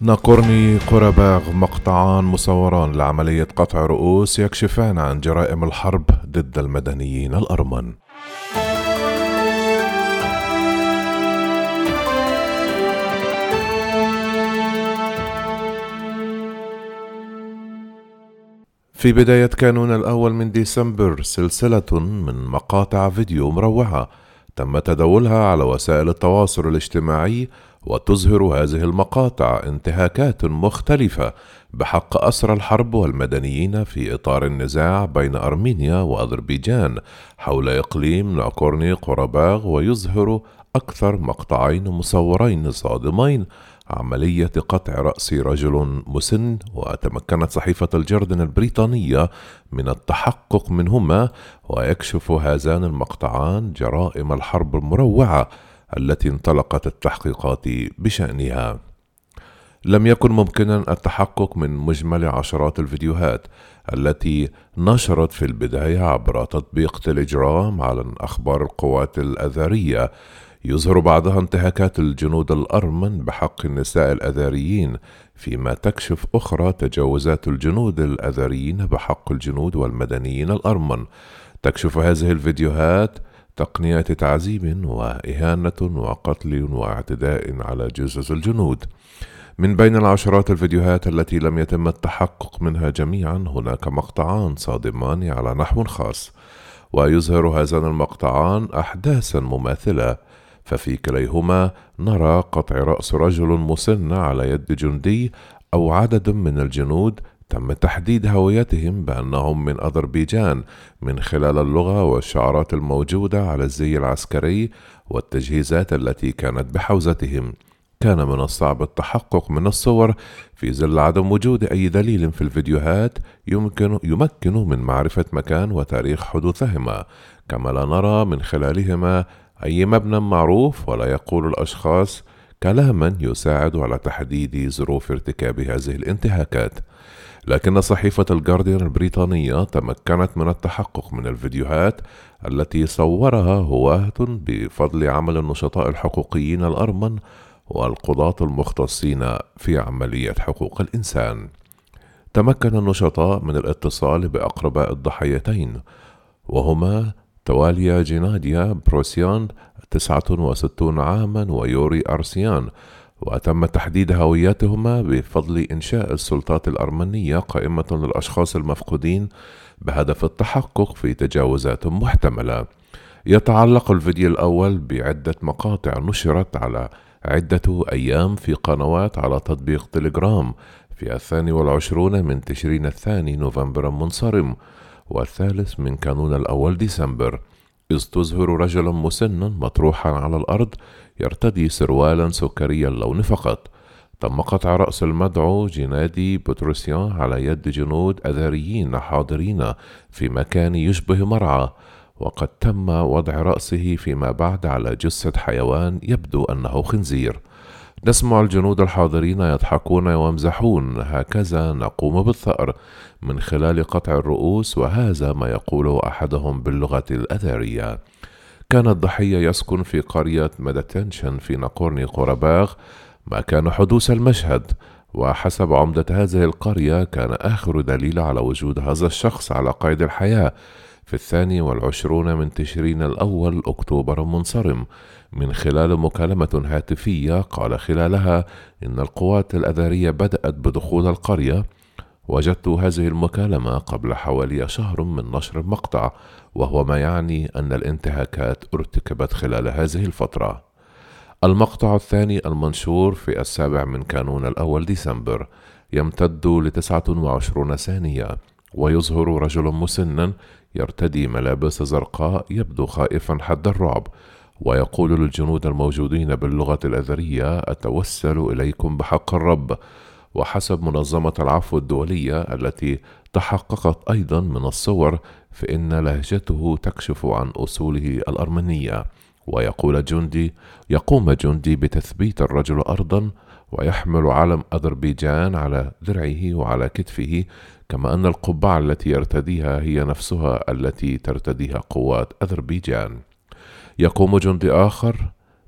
ناغورني قرباغ مقطعان مصوران لعملية قطع رؤوس يكشفان عن جرائم الحرب ضد المدنيين الأرمن. في بداية كانون الأول من ديسمبر سلسلة من مقاطع فيديو مروعة تم تداولها على وسائل التواصل الاجتماعي، وتظهر هذه المقاطع انتهاكات مختلفة بحق أسرى الحرب والمدنيين في إطار النزاع بين أرمينيا وأذربيجان حول إقليم ناغورني قرباغ، ويظهر أكثر مقطعين مصورين صادمين عملية قطع رأس رجل مسن. وتمكنت صحيفة الجاردن البريطانية من التحقق منهما، ويكشف هذان المقطعان جرائم الحرب المروعة التي انطلقت التحقيقات بشأنها. لم يكن ممكنا التحقق من مجمل عشرات الفيديوهات التي نشرت في البداية عبر تطبيق تيليجرام على أخبار القوات الأذرية، يظهر بعضها انتهاكات الجنود الأرمن بحق النساء الأذريين، فيما تكشف أخرى تجاوزات الجنود الأذريين بحق الجنود والمدنيين الأرمن. تكشف هذه الفيديوهات تقنيات تعذيب وإهانة وقتل واعتداء على جثث الجنود. من بين العشرات الفيديوهات التي لم يتم التحقق منها جميعا، هناك مقطعان صادمان على نحو خاص، ويظهر هذان المقطعان أحداثا مماثلة، ففي كليهما نرى قطع رأس رجل مسن على يد جندي أو عدد من الجنود تم تحديد هويتهم بأنهم من أذربيجان من خلال اللغة والشعارات الموجودة على الزي العسكري والتجهيزات التي كانت بحوزتهم. كان من الصعب التحقق من الصور في ظل عدم وجود أي دليل في الفيديوهات يمكن من معرفة مكان وتاريخ حدوثهما، كما لا نرى من خلالهما أي مبنى معروف، ولا يقول الأشخاص كلاما يساعد على تحديد ظروف ارتكاب هذه الانتهاكات. لكن صحيفة الجارديان البريطانية تمكنت من التحقق من الفيديوهات التي صورها هواة بفضل عمل النشطاء الحقوقيين الأرمن والقضاة المختصين في عملية حقوق الإنسان. تمكن النشطاء من الاتصال بأقرباء الضحيتين، وهما تواليا جيناديا بروسيان 69 عاما ويوري أرسيان، وتم تحديد هويتهما بفضل إنشاء السلطات الأرمنية قائمة للأشخاص المفقودين بهدف التحقق في تجاوزات محتملة. يتعلق الفيديو الأول بعدة مقاطع نشرت على عدة أيام في قنوات على تطبيق تليجرام في 22 من تشرين الثاني نوفمبر منصرم والثالث من كانون الأول ديسمبر، إذ تظهر رجلا مسنا مطروحا على الأرض يرتدي سروالا سكري اللون فقط. تم قطع رأس المدعو جينادي بطرسيان على يد جنود أذريين حاضرين في مكان يشبه مرعى، وقد تم وضع رأسه فيما بعد على جثة حيوان يبدو أنه خنزير. نسمع الجنود الحاضرين يضحكون ويمزحون: هكذا نقوم بالثأر من خلال قطع الرؤوس، وهذا ما يقوله أحدهم باللغة الأذرية. كان الضحية يسكن في قرية مدتنشن في ناغورني قرباغ مكان حدوث المشهد، وحسب عمدة هذه القرية كان آخر دليل على وجود هذا الشخص على قيد الحياة في 22 من تشرين الأول أكتوبر منصرم من خلال مكالمة هاتفية قال خلالها إن القوات الأذرية بدأت بدخول القرية. وجدت هذه المكالمة قبل حوالي شهر من نشر المقطع، وهو ما يعني أن الانتهاكات ارتكبت خلال هذه الفترة. المقطع الثاني المنشور في 7 من كانون الأول ديسمبر يمتد ل29 ثانية، ويظهر رجل مسن يرتدي ملابس زرقاء يبدو خائفا حد الرعب، ويقول للجنود الموجودين باللغة الأذرية: أتوسل إليكم بحق الرب. وحسب منظمة العفو الدولية التي تحققت أيضا من الصور، فإن لهجته تكشف عن أصوله الأرمنية. يقوم جندي بتثبيت الرجل أرضا، ويحمل علم أذربيجان على درعه وعلى كتفه، كما أن القبعة التي يرتديها هي نفسها التي ترتديها قوات أذربيجان. يقوم جندي آخر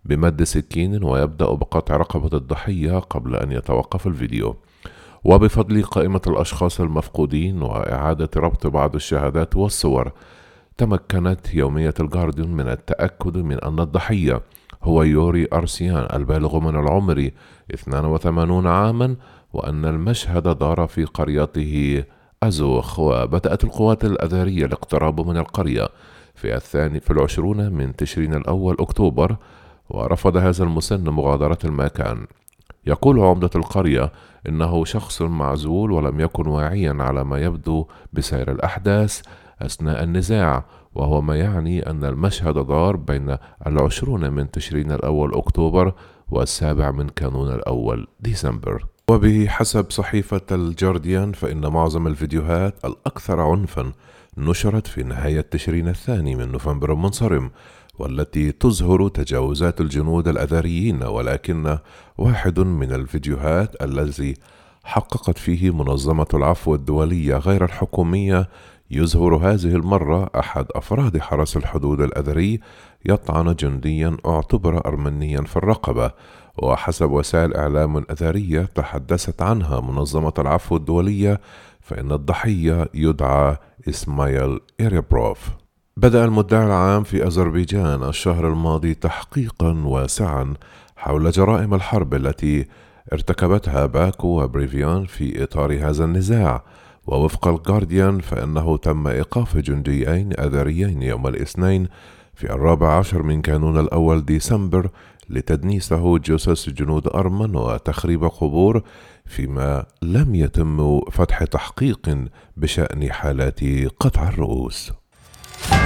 بمد سكين ويبدأ بقطع رقبة الضحية قبل أن يتوقف الفيديو. وبفضل قائمة الأشخاص المفقودين وإعادة ربط بعض الشهادات والصور، تمكنت يومية الجارديان من التأكد من أن الضحية هو يوري أرسيان البالغ من العمر 82 عاما، وأن المشهد دار في قريته أزوخ. وبدأت القوات الأثرية الاقتراب من القرية في 20 من تشرين الأول أكتوبر، ورفض هذا المسن مغادرة المكان. يقول عمدة القرية إنه شخص معزول ولم يكن واعيا على ما يبدو بسير الأحداث أثناء النزاع، وهو ما يعني أن المشهد دار بين 20 من تشرين الأول أكتوبر و7 من كانون الأول ديسمبر. وبحسب صحيفة الجارديان فإن معظم الفيديوهات الأكثر عنفا نشرت في نهاية تشرين الثاني من نوفمبر المنصرم، والتي تظهر تجاوزات الجنود الأثريين، ولكن واحد من الفيديوهات الذي حققت فيه منظمة العفو الدولية غير الحكومية يظهر هذه المرة أحد أفراد حرس الحدود الأثري يطعن جنديا اعتبر أرمنيا في الرقبة. وحسب وسائل إعلام أثرية تحدثت عنها منظمة العفو الدولية فإن الضحية يدعى إسمايل إيريبروف. بدأ المدعي العام في أذربيجان الشهر الماضي تحقيقا واسعا حول جرائم الحرب التي ارتكبتها باكو وبريفيان في إطار هذا النزاع. ووفق الجارديان فإنه تم إيقاف جنديين أثريين يوم الاثنين في 14 من كانون الأول ديسمبر لتدنيسه جثث جنود أرمن وتخريب قبور، فيما لم يتم فتح تحقيق بشأن حالات قطع الرؤوس.